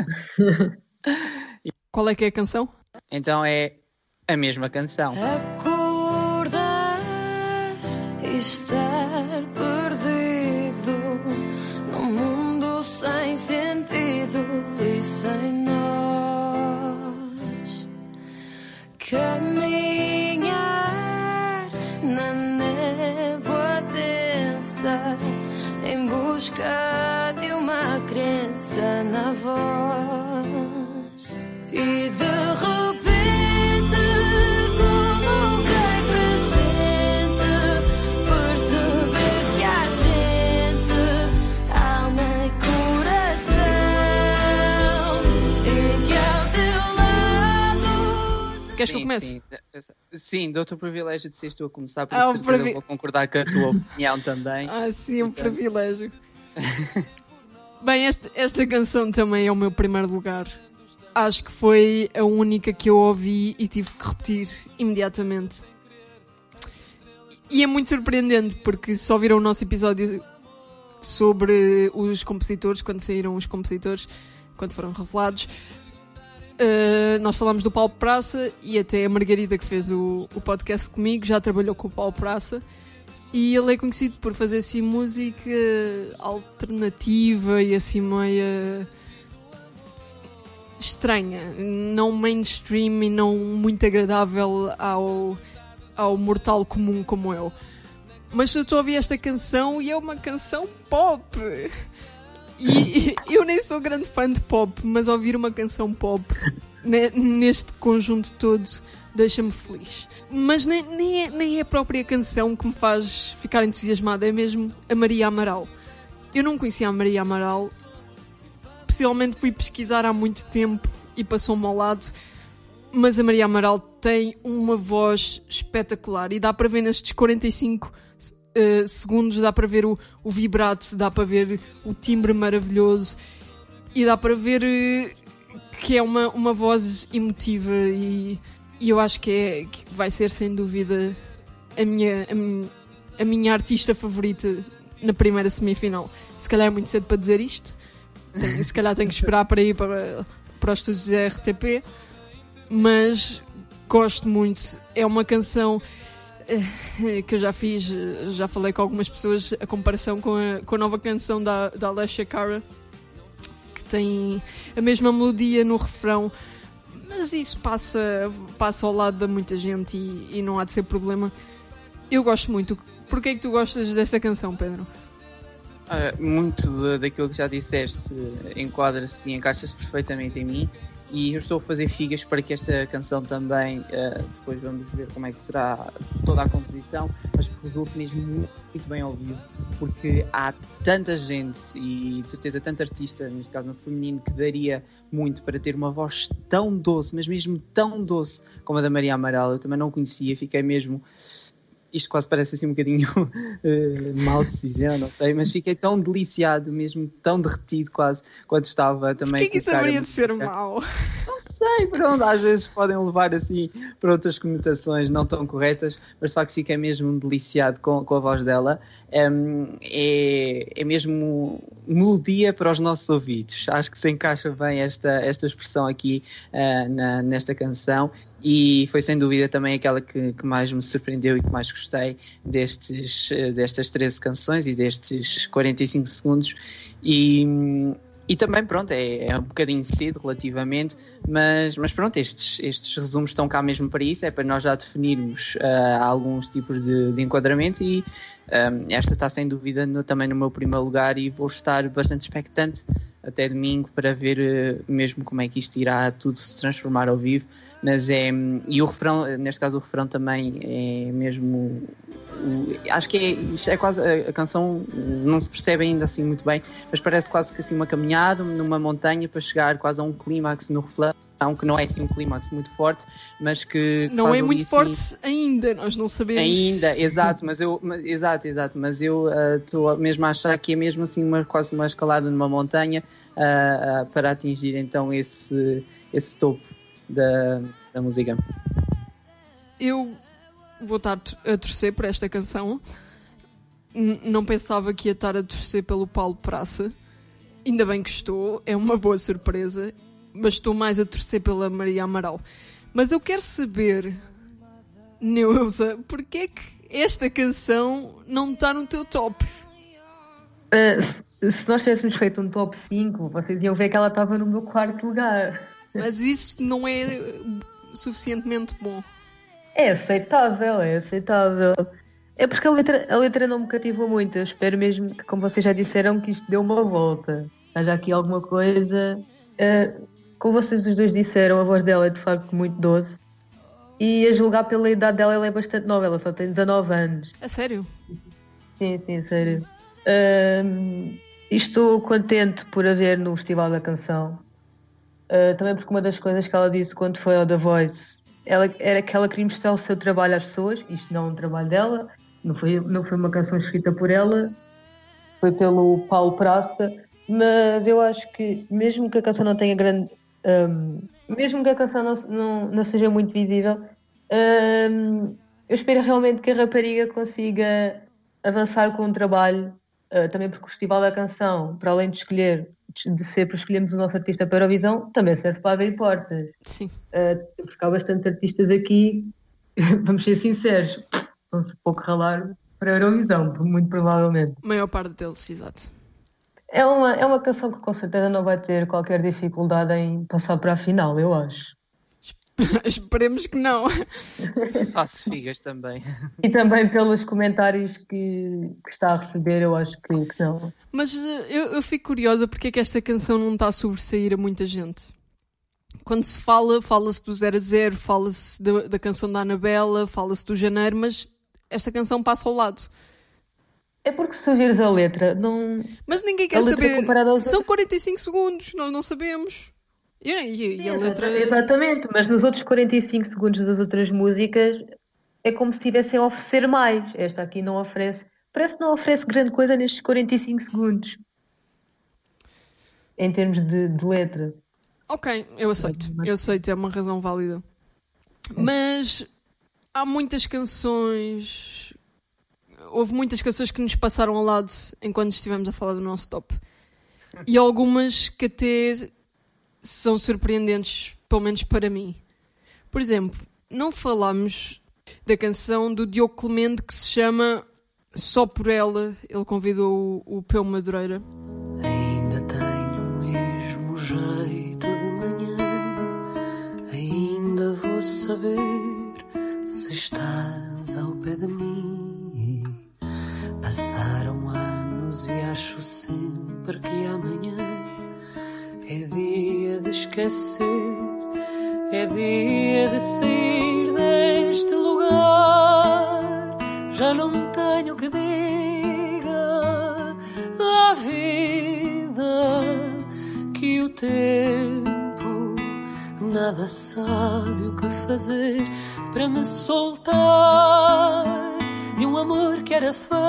Qual é que é a canção? Então é a mesma canção. Acordar e estar perdido num mundo sem sentido e sem nós. Caminhar na névoa densa em busca de uma crença na voz. E de repente, como quem presente, perceber que há gente, alma e coração, e que ao teu lado. Queres que eu comece? Sim, dou-te o privilégio de seres tu a começar, por certeza vou concordar com a tua opinião também. Sim, um privilégio. Bem, esta canção também é o meu primeiro lugar. Acho que foi a única que eu ouvi e tive que repetir imediatamente. E é muito surpreendente, porque só viram o nosso episódio sobre os compositores, quando saíram os compositores, quando foram revelados. Nós falámos do Paulo Praça e até a Margarida, que fez o podcast comigo, já trabalhou com o Paulo Praça. E ele é conhecido por fazer assim música alternativa e assim meia estranha, não mainstream e não muito agradável ao mortal comum como eu. Mas eu estou a ouvir esta canção e é uma canção pop. E eu nem sou grande fã de pop, mas ouvir uma canção pop neste conjunto todo deixa-me feliz. Mas nem é a própria canção que me faz ficar entusiasmada, é mesmo a Maria Amaral. Eu não conhecia a Maria Amaral, especialmente fui pesquisar há muito tempo e passou-me ao lado, mas a Maria Amaral tem uma voz espetacular e dá para ver nestes 45 segundos, dá para ver o vibrato, dá para ver o timbre maravilhoso e dá para ver que é uma voz emotiva e eu acho que vai ser sem dúvida a minha artista favorita na primeira semifinal. Se calhar é muito cedo para dizer isto. Se calhar tenho que esperar para ir para os estúdios da RTP. Mas gosto muito. É uma canção que eu já falei com algumas pessoas, a comparação com a nova canção da Alessia Cara, que tem a mesma melodia no refrão, mas isso passa ao lado de muita gente e não há de ser problema. Eu gosto muito. Porquê é que tu gostas desta canção, Pedro? Muito daquilo que já disseste enquadra-se e encaixa-se perfeitamente em mim. E eu estou a fazer figas para que esta canção também, depois vamos ver como é que será toda a composição, mas que resulte mesmo muito bem ao vivo, porque há tanta gente e de certeza tanta artista, neste caso no feminino, que daria muito para ter uma voz tão doce, mas mesmo tão doce como a da Maria Amaral. Eu também não conhecia, fiquei mesmo... Isto quase parece assim um bocadinho mal decisão, não sei, mas fiquei tão deliciado, mesmo tão derretido quase, quando estava também... Porquê que isso haveria de ser mau? Não sei, pronto, às vezes podem levar assim para outras conotações não tão corretas, mas de facto fiquei mesmo deliciado com a voz dela. É mesmo melodia para os nossos ouvidos. Acho que se encaixa bem esta expressão aqui nesta canção, e foi sem dúvida também aquela que mais me surpreendeu e que mais gostei destas 13 canções e destes 45 segundos. E também, pronto, é um bocadinho cedo relativamente, mas pronto, estes resumos estão cá mesmo para isso, é para nós já definirmos alguns tipos de enquadramento, e esta está sem dúvida também no meu primeiro lugar, e vou estar bastante expectante até domingo para ver mesmo como é que isto irá tudo se transformar ao vivo. Mas e o refrão, neste caso o refrão também é mesmo... Acho que isto é quase... A canção não se percebe ainda assim muito bem, mas parece quase que assim uma caminhada numa montanha para chegar quase a um clímax no refrão, que não é assim um clímax muito forte, mas que não é muito assim, forte ainda, nós não sabemos ainda, exato, mas eu estou mesmo a achar que é mesmo assim quase uma escalada numa montanha para atingir então esse topo da música. Eu vou estar a torcer por esta canção. Não pensava que ia estar a torcer pelo Paulo Praça, ainda bem que estou, é uma boa surpresa, mas estou mais a torcer pela Maria Amaral. Mas eu quero saber, Neuza, porque é que esta canção não está no teu top? Se nós tivéssemos feito um top 5, vocês iam ver que ela estava no meu quarto lugar. Mas isso não é suficientemente bom. É aceitável, é aceitável. É porque a letra não me cativou muito. Eu espero mesmo que, como vocês já disseram, que isto dê uma volta. Haja aqui alguma coisa. Como vocês os dois disseram, a voz dela é de facto muito doce. E a julgar pela idade dela, ela é bastante nova. Ela só tem 19 anos. A sério? Sim, sério. Estou contente por a ver no Festival da Canção. Também porque uma das coisas que ela disse quando foi ao The Voice era que ela queria mostrar o seu trabalho às pessoas. Isto não é um trabalho dela, não foi uma canção escrita por ela, foi pelo Paulo Praça, mas eu acho que mesmo que a canção não tenha grande... mesmo que a canção não seja muito visível, eu espero realmente que a rapariga consiga avançar com o trabalho, também porque o Festival da Canção, para além de sempre escolhermos o nosso artista para a Eurovisão, também serve para abrir portas. Sim. Porque há bastantes artistas aqui, vamos ser sinceros, vão-se pouco ralar para a Eurovisão, muito provavelmente. A maior parte deles, exato. É uma canção que com certeza não vai ter qualquer dificuldade em passar para a final, eu acho. Esperemos que não. Faço figas também. E também pelos comentários que está a receber, eu acho que não. Mas eu fico curiosa porque é que esta canção não está a sobressair a muita gente. Quando se fala-se do 0 a 0, fala-se da canção da Anabela, fala-se do Janeiro, mas esta canção passa ao lado. É porque se ouvires a letra, não... Mas ninguém quer saber. São 45 segundos, nós não sabemos. E a letra... Exatamente, mas nos outros 45 segundos das outras músicas é como se estivessem a oferecer mais. Esta aqui não oferece. Parece que não oferece grande coisa nestes 45 segundos. Em termos de letra. Ok, eu aceito, é uma razão válida. Mas há muitas canções houve muitas canções que nos passaram ao lado enquanto estivemos a falar do nosso top. E algumas que até são surpreendentes, pelo menos para mim. Por exemplo, não falámos da canção do Diogo Clemente que se chama Só Por Ela. Ele convidou o Peu Madureira. Ainda tenho o mesmo jeito de manhã, ainda vou saber se estás ao pé de mim. Passaram anos e acho sempre que amanhã é dia de esquecer, é dia de sair deste lugar. Já não tenho que diga à vida que o tempo nada sabe o que fazer para me soltar de um amor que era feito.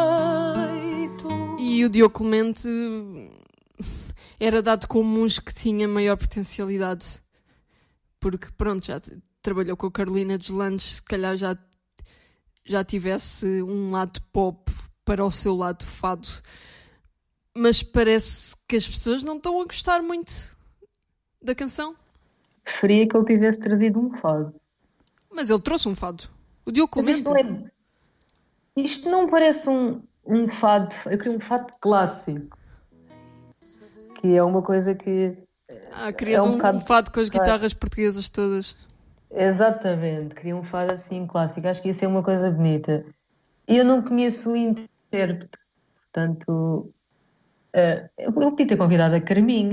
E o Diogo Clemente era dado como um que tinha maior potencialidade. Porque, pronto, já trabalhou com a Carolina Deslandes, se calhar já tivesse um lado pop para o seu lado fado. Mas parece que as pessoas não estão a gostar muito da canção. Preferia que ele tivesse trazido um fado. Mas ele trouxe um fado. O Diogo Mas Clemente. isto não parece um fado. Eu queria um fado clássico. Que é uma coisa que... querias é um bocado fado com as guitarras portuguesas todas. Exatamente, queria um fado assim clássico. Acho que ia ser uma coisa bonita. E eu não conheço o intérprete, portanto... eu podia ter convidado a Carminho.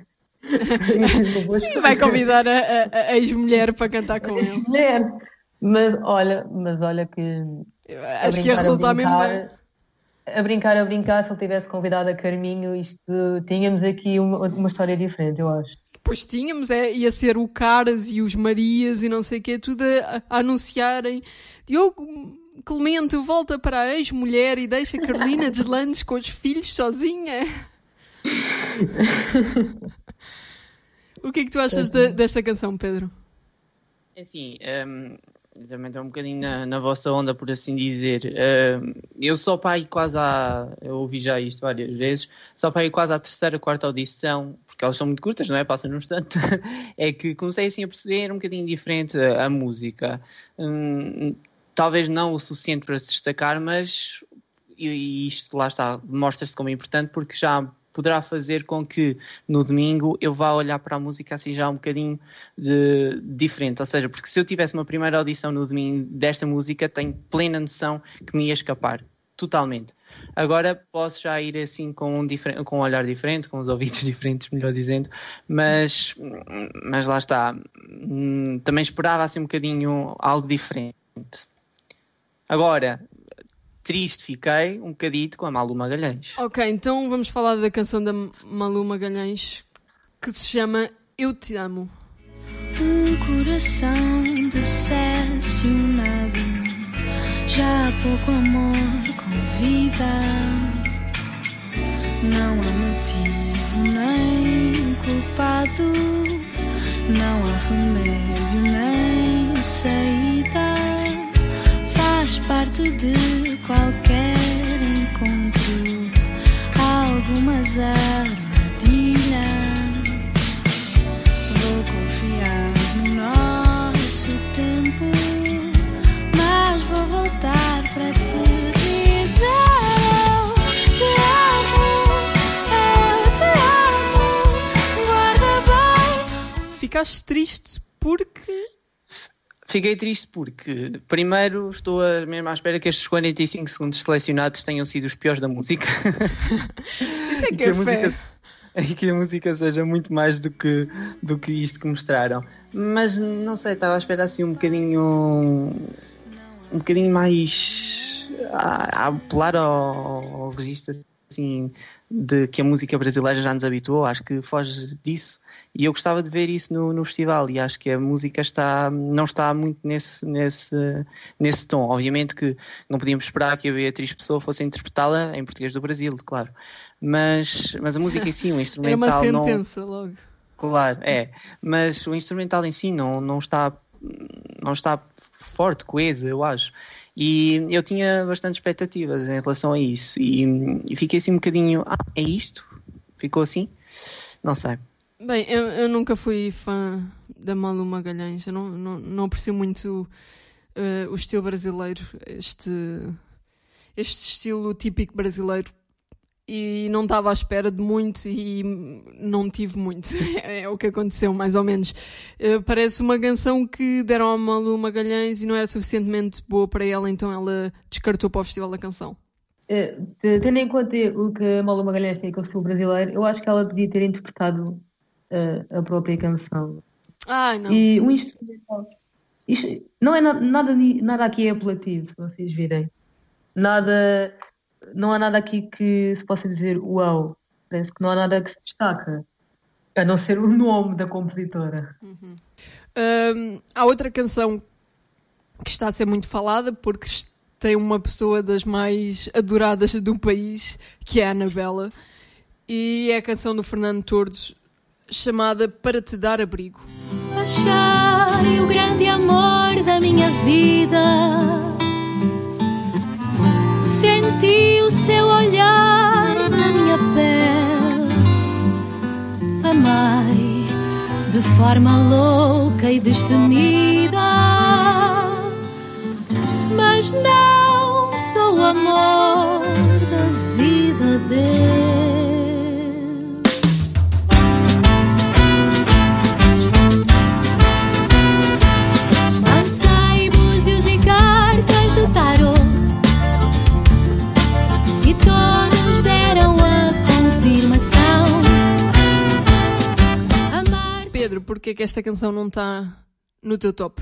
Sim, vai convidar a ex-mulher para cantar com ele. Mulher. Mas olha que... Acho que ia resultar mesmo bem. A brincar, se ele tivesse convidado a Carminho, tínhamos aqui uma história diferente, eu acho. Pois tínhamos, ia ser o Caras e os Marias e não sei o quê, tudo a anunciarem. Diogo Clemente volta para a ex-mulher e deixa a Carolina Deslandes com os filhos sozinha. O que é que tu achas desta canção, Pedro? É assim, também estou um bocadinho na vossa onda, por assim dizer. Eu só para aí quase eu ouvi já isto várias vezes, só para aí quase à terceira, quarta audição, porque elas são muito curtas, não é? Passam num instante. É que comecei assim a perceber um bocadinho diferente a música. Talvez não o suficiente para se destacar, mas e isto lá está, mostra-se como importante, porque já poderá fazer com que no domingo eu vá olhar para a música assim já um bocadinho diferente. Ou seja, porque se eu tivesse uma primeira audição no domingo desta música, tenho plena noção que me ia escapar. Totalmente. Agora posso já ir assim com um olhar diferente, com os ouvidos diferentes, melhor dizendo, mas lá está. Também esperava assim um bocadinho algo diferente. Agora... triste fiquei um bocadito com a Malu Magalhães. Ok, então vamos falar da canção da Malu Magalhães que se chama Eu Te Amo. Um coração decepcionado, já há pouco amor com vida. Não há motivo nem culpado, não há remédio nem saída. Faz parte de qualquer encontro algumas armadilhas. Vou confiar no nosso tempo, mas vou voltar para te dizer eu te amo, guarda bem. Ficaste triste porque... Fiquei triste porque, primeiro, estou mesmo à espera que estes 45 segundos selecionados tenham sido os piores da música. Isso é que é fé. E que a música seja muito mais do que isto que mostraram. Mas, não sei, estava à espera assim um bocadinho mais a apelar ao registro assim, de que a música brasileira já nos habituou. Acho que foge disso e eu gostava de ver isso no festival, e acho que a música não está muito nesse tom. Obviamente que não podíamos esperar que a Beatriz Pessoa fosse interpretá-la em português do Brasil, claro, mas a música em si, o instrumental... Era uma sentença logo. Claro, mas o instrumental em si não está forte, coesa, eu acho. E eu tinha bastante expectativas em relação a isso. E fiquei assim um bocadinho, é isto? Ficou assim? Não sei. Bem, eu nunca fui fã da Malu Magalhães. Eu não aprecio muito o estilo brasileiro, este estilo típico brasileiro. E não estava à espera de muito e não tive muito. É o que aconteceu, mais ou menos. Parece uma canção que deram à Malu Magalhães e não era suficientemente boa para ela, então ela descartou para o Festival da Canção. Tendo em conta o que a Malu Magalhães tem com o estilo brasileiro, eu acho que ela devia ter interpretado a própria canção. Ai, não. E o instrumental. Isto não é nada aqui é apelativo, se vocês virem. Não há nada aqui que se possa dizer uau. Parece que não há nada que se destaca. A não ser o nome da compositora. Há outra canção que está a ser muito falada porque tem uma pessoa das mais adoradas do país, que é a Anabela, e é a canção do Fernando Tordo chamada Para Te Dar Abrigo. Achei o grande amor da minha vida, senti o seu olhar na minha pele, amei de forma louca e destemida, mas não sou o amor da vida dele. Lancei búzios e cartas do tarot e todos deram a confirmação. Pedro, porquê que esta canção não está no teu top?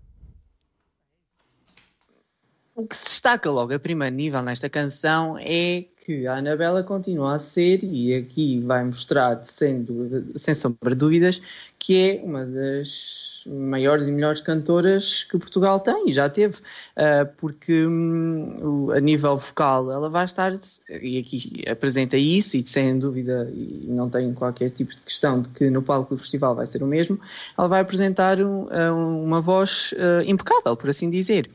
O que se destaca logo a primeiro nível nesta canção é que a Anabela continua a ser, e aqui vai mostrar sem sombra de dúvidas, que é uma das maiores e melhores cantoras que Portugal tem, e já teve, porque a nível vocal ela vai estar, e aqui apresenta isso, e sem dúvida, e não tenho qualquer tipo de questão de que no palco do festival vai ser o mesmo, ela vai apresentar uma voz impecável, por assim dizer.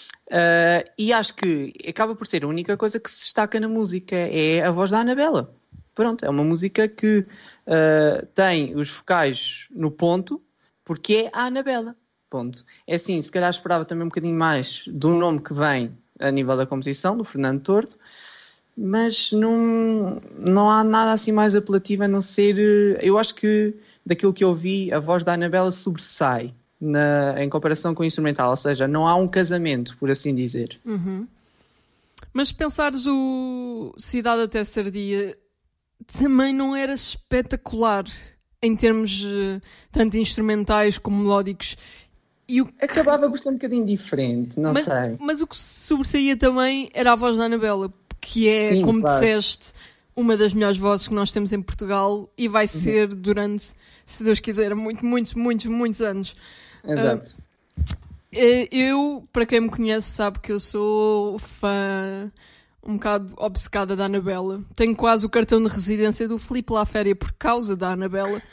E acho que acaba por ser a única coisa que se destaca na música, é a voz da Anabela. Pronto, é uma música que tem os vocais no ponto, porque é a Anabela. Ponto. É assim, se calhar esperava também um bocadinho mais do nome que vem a nível da composição, do Fernando Tordo, mas não há nada assim mais apelativo a não ser... Eu acho que daquilo que eu vi, a voz da Anabela sobressai em comparação com o instrumental, ou seja, não há um casamento, por assim dizer. Uhum. Mas se pensares o Cidade Até Sardia, também não era espetacular em termos tanto instrumentais como melódicos. Acabava por ser um bocadinho diferente, não sei. Mas o que sobressaía também era a voz da Anabela, que é, sim, como claro, disseste, uma das melhores vozes que nós temos em Portugal e vai ser durante, se Deus quiser, muitos anos. Exato. Eu, para quem me conhece, sabe que eu sou fã um bocado obcecada da Anabela. Tenho quase o cartão de residência do Filipe Laféria por causa da Anabela.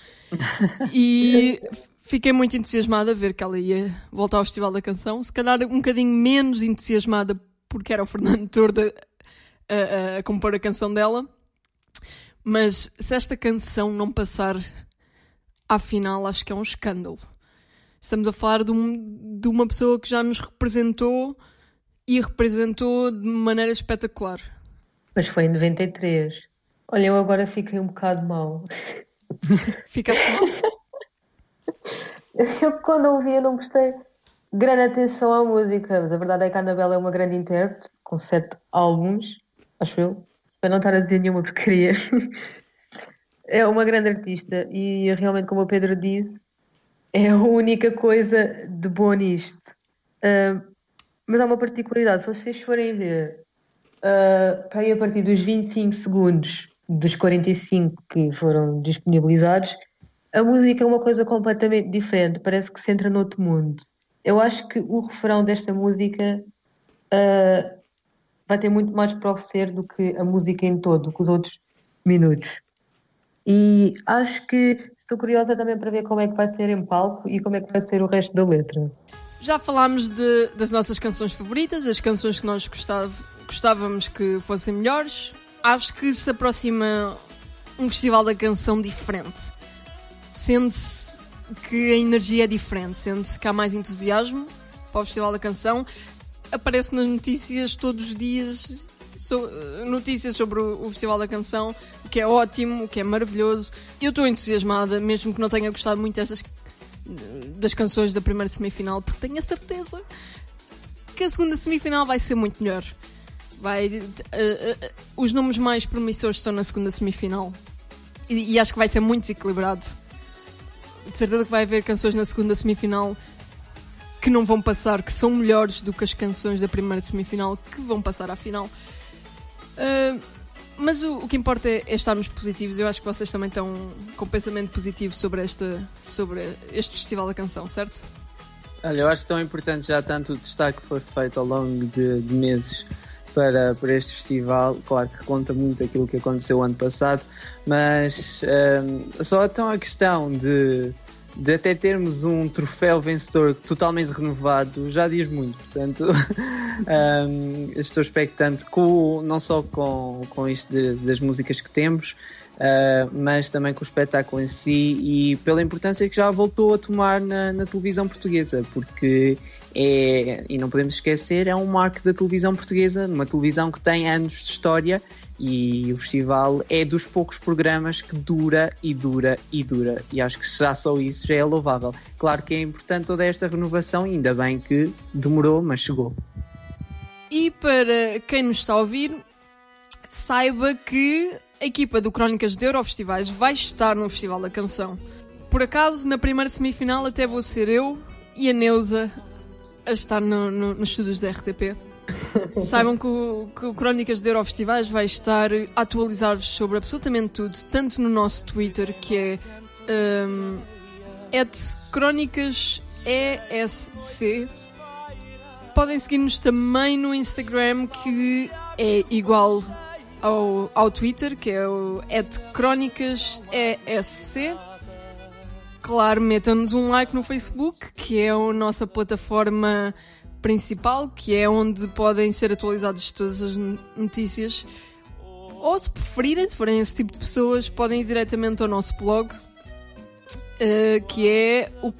E fiquei muito entusiasmada a ver que ela ia voltar ao Festival da Canção. Se calhar um bocadinho menos entusiasmada porque era o Fernando Tordo a compor a canção dela. Mas se esta canção não passar à final, acho que é um escândalo. Estamos a falar de uma pessoa que já nos representou e representou de maneira espetacular. Mas foi em 93. Olha, eu agora fiquei um bocado mal. Ficaste mal? Eu quando ouvia não prestei grande atenção à música, mas a verdade é que a Anabela é uma grande intérprete, com 7 álbuns, acho eu, para não estar a dizer nenhuma porcaria. É uma grande artista e realmente, como o Pedro disse, é a única coisa de boa nisto. Mas há uma particularidade, se vocês forem ver, para aí a partir dos 25 segundos dos 45 que foram disponibilizados, a música é uma coisa completamente diferente, parece que se entra noutro mundo. Eu acho que o refrão desta música vai ter muito mais para oferecer do que a música em todo, do que os outros minutos. E acho que estou curiosa também para ver como é que vai ser em palco e como é que vai ser o resto da letra. Já falámos das nossas canções favoritas, as canções que nós gostávamos que fossem melhores. Acho que se aproxima um festival da canção diferente. Sente-se que a energia é diferente, sente-se que há mais entusiasmo para o festival da canção. Aparece nas notícias todos os dias notícias sobre o festival da canção, o que é ótimo, o que é maravilhoso. Eu estou entusiasmada, mesmo que não tenha gostado muito das canções da primeira semifinal, porque tenho a certeza que a segunda semifinal vai ser muito melhor. Os nomes mais promissores estão na segunda semifinal e acho que vai ser muito desequilibrado. De certeza que vai haver canções na segunda semifinal que não vão passar, que são melhores do que as canções da primeira semifinal que vão passar à final. Mas o que importa é estarmos positivos. Eu acho que vocês também estão com pensamento positivo sobre este Festival da Canção, certo? Olha, eu acho tão importante já tanto o destaque que foi feito ao longo de meses para este festival. Claro que conta muito aquilo que aconteceu ano passado, mas só então a questão de até termos um troféu vencedor totalmente renovado já diz muito. Portanto, estou expectante não só com isto das músicas que temos, mas também com o espetáculo em si e pela importância que já voltou a tomar na televisão portuguesa, porque e não podemos esquecer, é um marco da televisão portuguesa, uma televisão que tem anos de história, e o festival é dos poucos programas que dura e dura e dura, e acho que já só isso já é louvável. Claro que é importante toda esta renovação, e ainda bem que demorou, mas chegou. E para quem nos está a ouvir, saiba que a equipa do Crónicas de Eurofestivais vai estar no Festival da Canção. Por acaso, na primeira semifinal até vou ser eu e a Neuza a estar nos estúdios da RTP. Saibam que o Crónicas de Eurofestivais vai estar a atualizar-vos sobre absolutamente tudo, tanto no nosso Twitter, que é @crónicasesc. Podem seguir-nos também no Instagram, que é igual ao Twitter, que é o @crónicasesc. Claro, metam-nos um like no Facebook, que é a nossa plataforma principal, que é onde podem ser atualizadas todas as notícias. Ou, se preferirem, se forem esse tipo de pessoas, podem ir diretamente ao nosso blog, que é o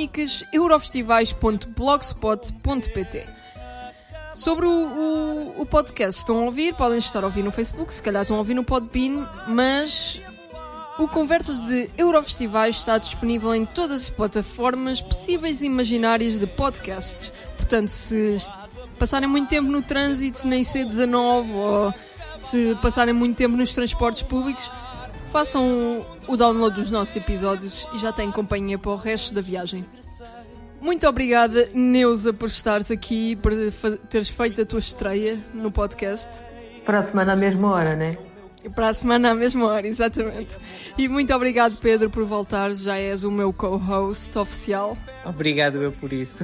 cronicasEurofestivais.blogspot.pt. Sobre o podcast, estão a ouvir, podem estar a ouvir no Facebook, se calhar estão a ouvir no Podbean, mas o Conversas de Eurofestivais está disponível em todas as plataformas possíveis e imaginárias de podcasts. Portanto, se passarem muito tempo no trânsito, na IC19, ou se passarem muito tempo nos transportes públicos, façam o download dos nossos episódios e já têm companhia para o resto da viagem. Muito obrigada, Neuza, por estares aqui, por teres feito a tua estreia no podcast. Para a semana à mesma hora, né? Para a semana à mesma hora, exatamente. E muito obrigado, Pedro, por voltar. Já és o meu co-host oficial. Obrigado eu por isso.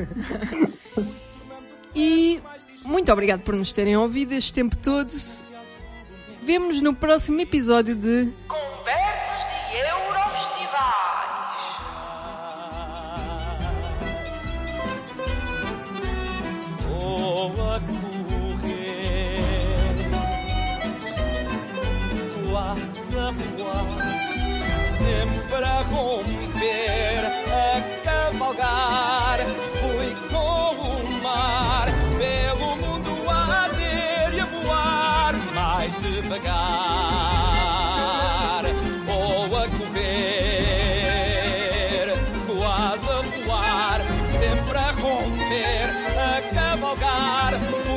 E muito obrigado por nos terem ouvido este tempo todo. Vemo-nos no próximo episódio de Conversas de Eurofestivais. Vou a correr, quase a voar, sempre a romper, a cavalgar. Fui com o mar, pelo mundo a arder e a voar mais devagar. Ou a correr, quase a voar, sempre a romper, a cavalgar.